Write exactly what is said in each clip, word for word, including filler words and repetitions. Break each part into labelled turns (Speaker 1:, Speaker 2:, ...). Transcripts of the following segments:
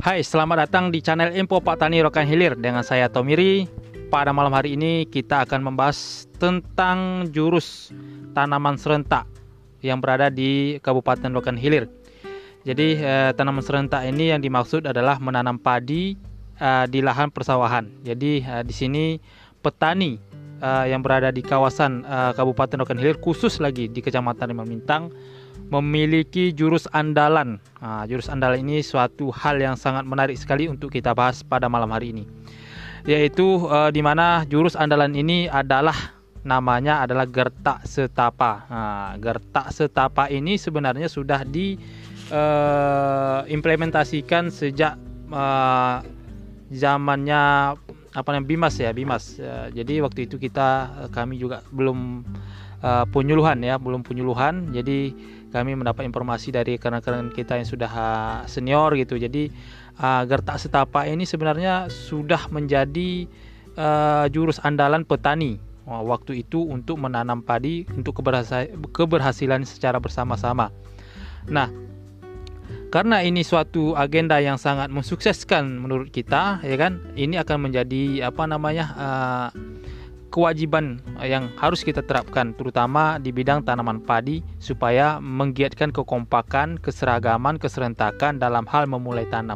Speaker 1: Hai, selamat datang di channel Info Pak Tani Rokan Hilir dengan saya Tomiri. Pada malam hari ini kita akan membahas tentang jurus tanaman serentak yang berada di Kabupaten Rokan Hilir. Jadi eh, tanaman serentak ini yang dimaksud adalah menanam padi eh, di lahan persawahan. Jadi eh, di sini petani eh, yang berada di kawasan eh, Kabupaten Rokan Hilir, khusus lagi di Kecamatan Lima Bintang, memiliki jurus andalan. Nah, jurus andalan ini suatu hal yang sangat menarik sekali untuk kita bahas pada malam hari ini, yaitu uh, di mana jurus andalan ini adalah namanya adalah Gertak Setapa. Nah, Gertak Setapa ini sebenarnya sudah diimplementasikan uh, sejak uh, zamannya apa namanya Bimas ya Bimas. Uh, jadi waktu itu kita kami juga belum uh, penyuluhan ya belum penyuluhan. Jadi kami mendapat informasi dari rekan-rekan kita yang sudah senior gitu. Jadi uh, Gertak Setapa ini sebenarnya sudah menjadi uh, jurus andalan petani uh, waktu itu untuk menanam padi untuk keberhasilan secara bersama-sama. Nah, karena ini suatu agenda yang sangat mensukseskan menurut kita, ya kan? Ini akan menjadi apa namanya uh, kewajiban yang harus kita terapkan, terutama di bidang tanaman padi, supaya menggiatkan kekompakan, keseragaman, keserentakan dalam hal memulai tanam.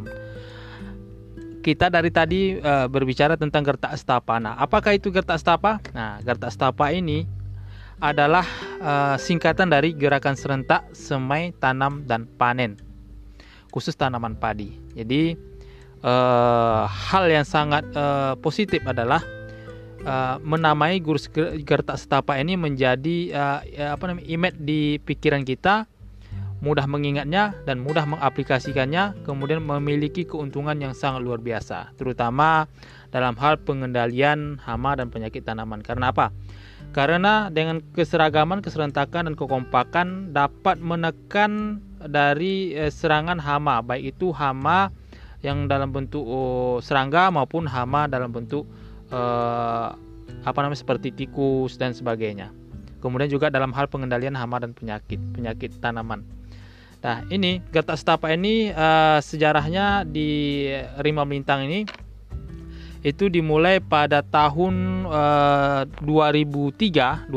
Speaker 1: Kita dari tadi e, berbicara tentang Gertak Setapa. Nah, apakah itu Gertak Setapa? Nah, Gertak Setapa ini adalah e, singkatan dari Gerakan Serentak Semai Tanam dan Panen, khusus tanaman padi. Jadi e, hal yang sangat e, positif adalah Uh, menamai jurus Gertak Setapa ini menjadi uh, ya, apa namanya imet di pikiran kita, mudah mengingatnya dan mudah mengaplikasikannya, kemudian memiliki keuntungan yang sangat luar biasa, terutama dalam hal pengendalian hama dan penyakit tanaman. Karena apa? Karena dengan keseragaman, keserentakan dan kekompakan dapat menekan dari uh, serangan hama, baik itu hama yang dalam bentuk uh, serangga maupun hama dalam bentuk Uh, apa namanya seperti tikus dan sebagainya. Kemudian juga dalam hal pengendalian hama dan penyakit penyakit tanaman. Nah, ini Gertak Setapa ini uh, sejarahnya di Lima Bintang ini itu dimulai pada tahun uh, dua ribu tiga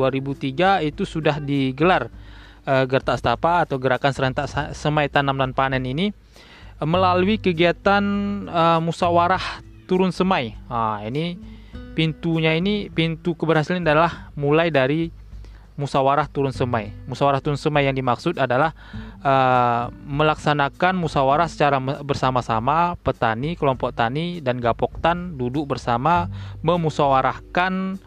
Speaker 1: itu sudah digelar uh, Gertak Setapa atau Gerakan Serentak Semai Tanam dan Panen ini uh, melalui kegiatan uh, musyawarah turun semai. Nah, ini pintunya ini pintu keberhasilan adalah mulai dari musyawarah turun semai. Musyawarah turun semai yang dimaksud adalah uh, melaksanakan musyawarah secara bersama-sama, petani, kelompok tani dan gapoktan duduk bersama memusyawarahkan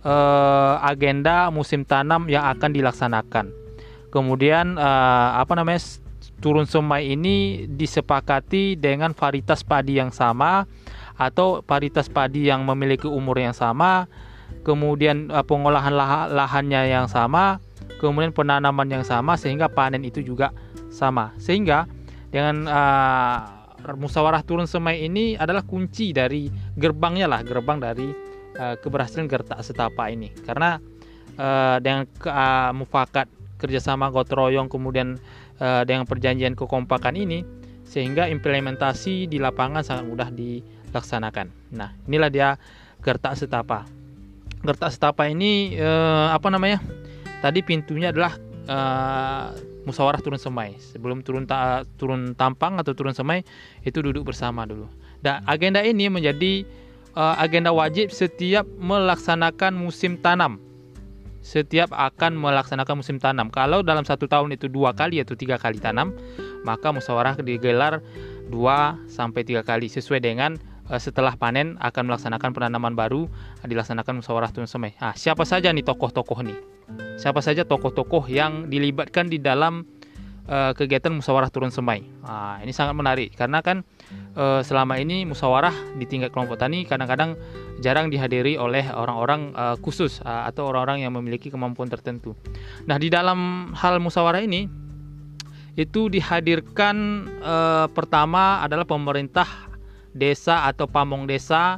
Speaker 1: uh, agenda musim tanam yang akan dilaksanakan. Kemudian uh, apa namanya turun semai ini disepakati dengan varietas padi yang sama atau varietas padi yang memiliki umur yang sama, kemudian uh, pengolahan lah- lahannya yang sama, kemudian penanaman yang sama, sehingga panen itu juga sama. Sehingga dengan uh, musyawarah turun semai ini adalah kunci dari gerbangnya lah, gerbang dari uh, keberhasilan Gertak Setapa ini. Karena uh, dengan uh, mufakat kerjasama gotong royong, kemudian uh, dengan perjanjian kekompakan ini, sehingga implementasi di lapangan sangat mudah dilaksanakan. Nah, inilah dia Gertak Setapa. Gertak Setapa ini eh, apa namanya? Tadi pintunya adalah eh, musyawarah turun semai. Sebelum turun ta- turun tampang atau turun semai itu duduk bersama dulu. Dan agenda ini menjadi eh, agenda wajib setiap melaksanakan musim tanam. Setiap akan melaksanakan musim tanam. Kalau dalam satu tahun itu dua kali atau tiga kali tanam, maka musyawarah digelar dua sampai tiga kali sesuai dengan uh, setelah panen akan melaksanakan penanaman baru, uh, dilaksanakan musyawarah turun semai. Nah, siapa saja nih tokoh-tokoh nih? Siapa saja tokoh-tokoh yang dilibatkan di dalam uh, kegiatan musyawarah turun semai? Nah, ini sangat menarik karena kan uh, selama ini musyawarah di tingkat kelompok tani kadang-kadang jarang dihadiri oleh orang-orang uh, khusus uh, atau orang-orang yang memiliki kemampuan tertentu. Nah, di dalam hal musyawarah ini itu dihadirkan eh, pertama adalah pemerintah desa atau pamong desa,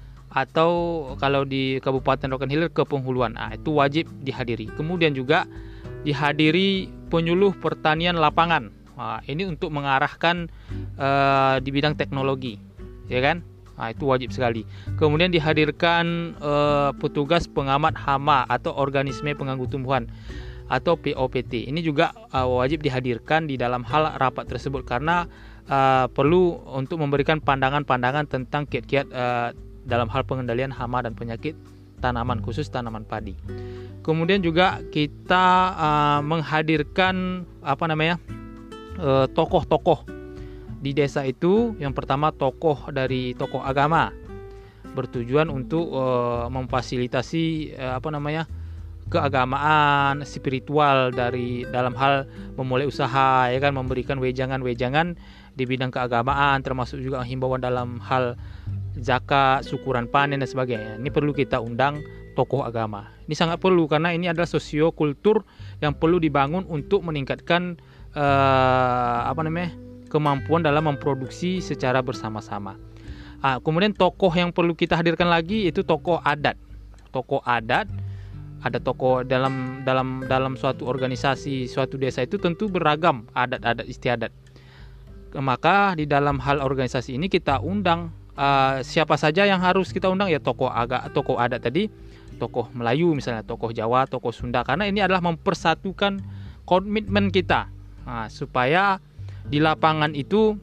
Speaker 1: atau kalau di Kabupaten Rokan Hilir kepenghuluan. Nah, itu wajib dihadiri. Kemudian juga dihadiri penyuluh pertanian lapangan. Nah, ini untuk mengarahkan uh, di bidang teknologi, ya kan? Nah, itu wajib sekali. Kemudian dihadirkan uh, petugas pengamat hama atau organisme pengganggu tumbuhan atau P O P T. Ini juga uh, wajib dihadirkan di dalam hal rapat tersebut karena uh, perlu untuk memberikan pandangan-pandangan tentang kiat-kiat uh, dalam hal pengendalian hama dan penyakit tanaman, khusus tanaman padi. Kemudian juga kita uh, menghadirkan apa namanya uh, tokoh-tokoh di desa itu. Yang pertama tokoh dari tokoh agama, bertujuan untuk uh, memfasilitasi uh, apa namanya keagamaan spiritual dari dalam hal memulai usaha, ya kan, memberikan wejangan-wejangan di bidang keagamaan, termasuk juga himbauan dalam hal zakat, syukuran panen dan sebagainya. Ini perlu kita undang tokoh agama. Ini sangat perlu karena ini adalah sosiokultur yang perlu dibangun untuk meningkatkan uh, apa namanya kemampuan dalam memproduksi secara bersama-sama. Ah, kemudian tokoh yang perlu kita hadirkan lagi itu tokoh adat. Tokoh adat, ada tokoh dalam dalam dalam suatu organisasi, suatu desa itu tentu beragam adat-adat istiadat. Maka di dalam hal organisasi ini kita undang uh, siapa saja yang harus kita undang, ya tokoh agak tokoh adat tadi, tokoh Melayu misalnya, tokoh Jawa, tokoh Sunda, karena ini adalah mempersatukan komitmen kita, nah, supaya di lapangan itu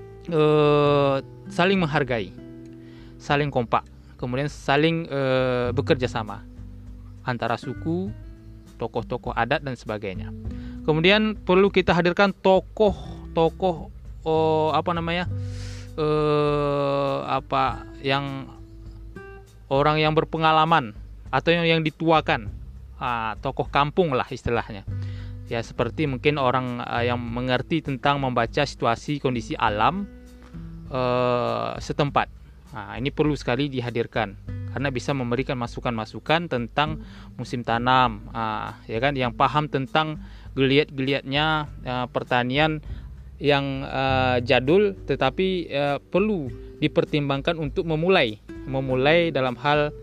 Speaker 1: uh, saling menghargai, saling kompak, kemudian saling uh, bekerja sama antara suku, tokoh-tokoh adat dan sebagainya. Kemudian perlu kita hadirkan tokoh-tokoh oh, apa namanya eh, apa yang orang yang berpengalaman atau yang, yang dituakan, ah, tokoh kampung lah istilahnya. Ya seperti mungkin orang uh, yang mengerti tentang membaca situasi kondisi alam uh, setempat. Nah, ini perlu sekali dihadirkan karena bisa memberikan masukan-masukan tentang musim tanam, uh, ya kan, yang paham tentang geliat-geliatnya uh, pertanian yang uh, jadul, tetapi uh, perlu dipertimbangkan untuk memulai, memulai dalam hal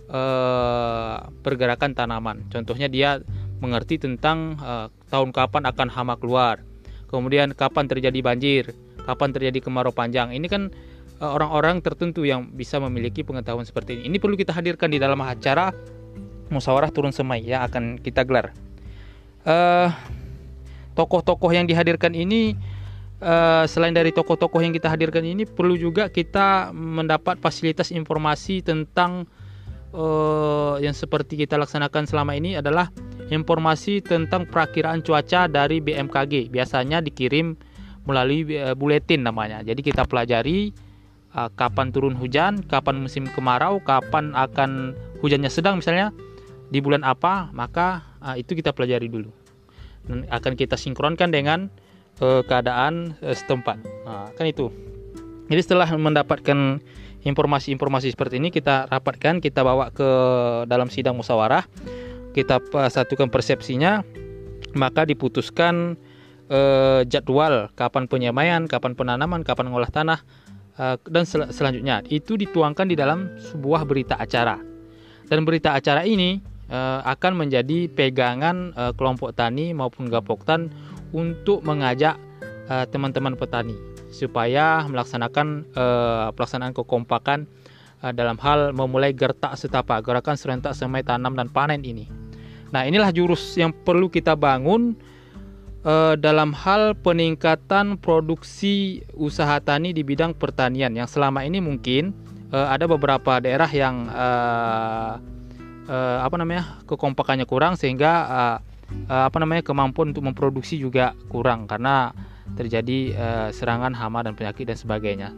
Speaker 1: uh, pergerakan tanaman. Contohnya dia mengerti tentang uh, tahun kapan akan hama keluar, kemudian kapan terjadi banjir, kapan terjadi kemarau panjang. Ini kan uh, orang-orang tertentu yang bisa memiliki pengetahuan seperti ini. Ini perlu kita hadirkan di dalam acara musyawarah turun semai yang akan kita gelar. Uh, tokoh-tokoh yang dihadirkan ini, uh, selain dari tokoh-tokoh yang kita hadirkan ini, perlu juga kita mendapat fasilitas informasi tentang Uh, yang seperti kita laksanakan selama ini adalah informasi tentang perakiraan cuaca dari B M K G. Biasanya dikirim melalui uh, buletin namanya. Jadi kita pelajari uh, kapan turun hujan, kapan musim kemarau, kapan akan hujannya sedang misalnya di bulan apa, maka uh, itu kita pelajari dulu. Dan akan kita sinkronkan dengan uh, keadaan uh, setempat. Nah, kan itu. Jadi setelah mendapatkan informasi-informasi seperti ini, kita rapatkan, kita bawa ke dalam sidang musyawarah, kita satukan persepsinya, maka diputuskan eh, jadwal kapan penyemaian, kapan penanaman, kapan ngolah tanah, eh, dan sel- selanjutnya itu dituangkan di dalam sebuah berita acara. Dan berita acara ini eh, akan menjadi pegangan eh, kelompok tani maupun Gapoktan untuk mengajak eh, teman-teman petani supaya melaksanakan uh, pelaksanaan kekompakan uh, dalam hal memulai gertak setapa, gerakan serentak semai tanam dan panen ini. Nah, inilah jurus yang perlu kita bangun uh, dalam hal peningkatan produksi usaha tani di bidang pertanian, yang selama ini mungkin uh, ada beberapa daerah yang uh, uh, apa namanya kekompakannya kurang, sehingga uh, uh, apa namanya kemampuan untuk memproduksi juga kurang karena terjadi uh, serangan hama dan penyakit dan sebagainya.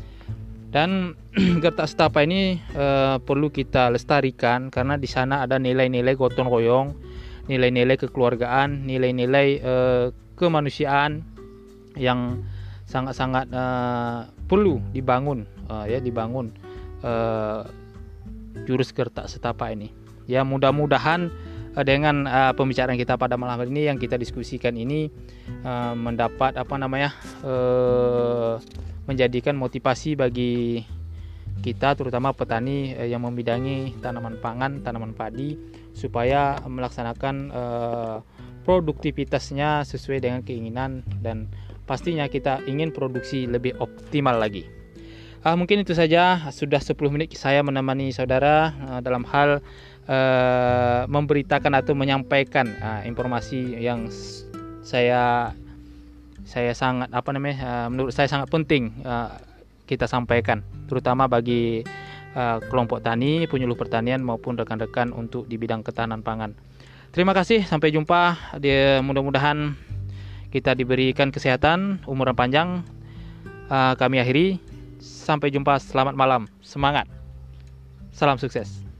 Speaker 1: Dan gertak setapa ini uh, perlu kita lestarikan karena di sana ada nilai-nilai gotong royong, nilai-nilai kekeluargaan, nilai-nilai uh, kemanusiaan yang sangat-sangat uh, perlu dibangun, uh, ya dibangun uh, jurus gertak setapa ini. Ya mudah-mudahan dengan uh, pembicaraan kita pada malam hari ini yang kita diskusikan ini uh, mendapat apa namanya uh, menjadikan motivasi bagi kita terutama petani uh, yang membidangi tanaman pangan, tanaman padi supaya melaksanakan uh, produktivitasnya sesuai dengan keinginan, dan pastinya kita ingin produksi lebih optimal lagi. Uh, mungkin itu saja, sudah sepuluh menit saya menemani saudara uh, dalam hal uh, memberitakan atau menyampaikan uh, informasi yang saya saya sangat apa namanya uh, menurut saya sangat penting uh, kita sampaikan, terutama bagi uh, kelompok tani, penyuluh pertanian maupun rekan-rekan untuk di bidang ketahanan pangan. Terima kasih, sampai jumpa. Dia mudah-mudahan kita diberikan kesehatan, umur yang panjang. Uh, kami akhiri. Sampai jumpa, selamat malam, semangat, salam sukses.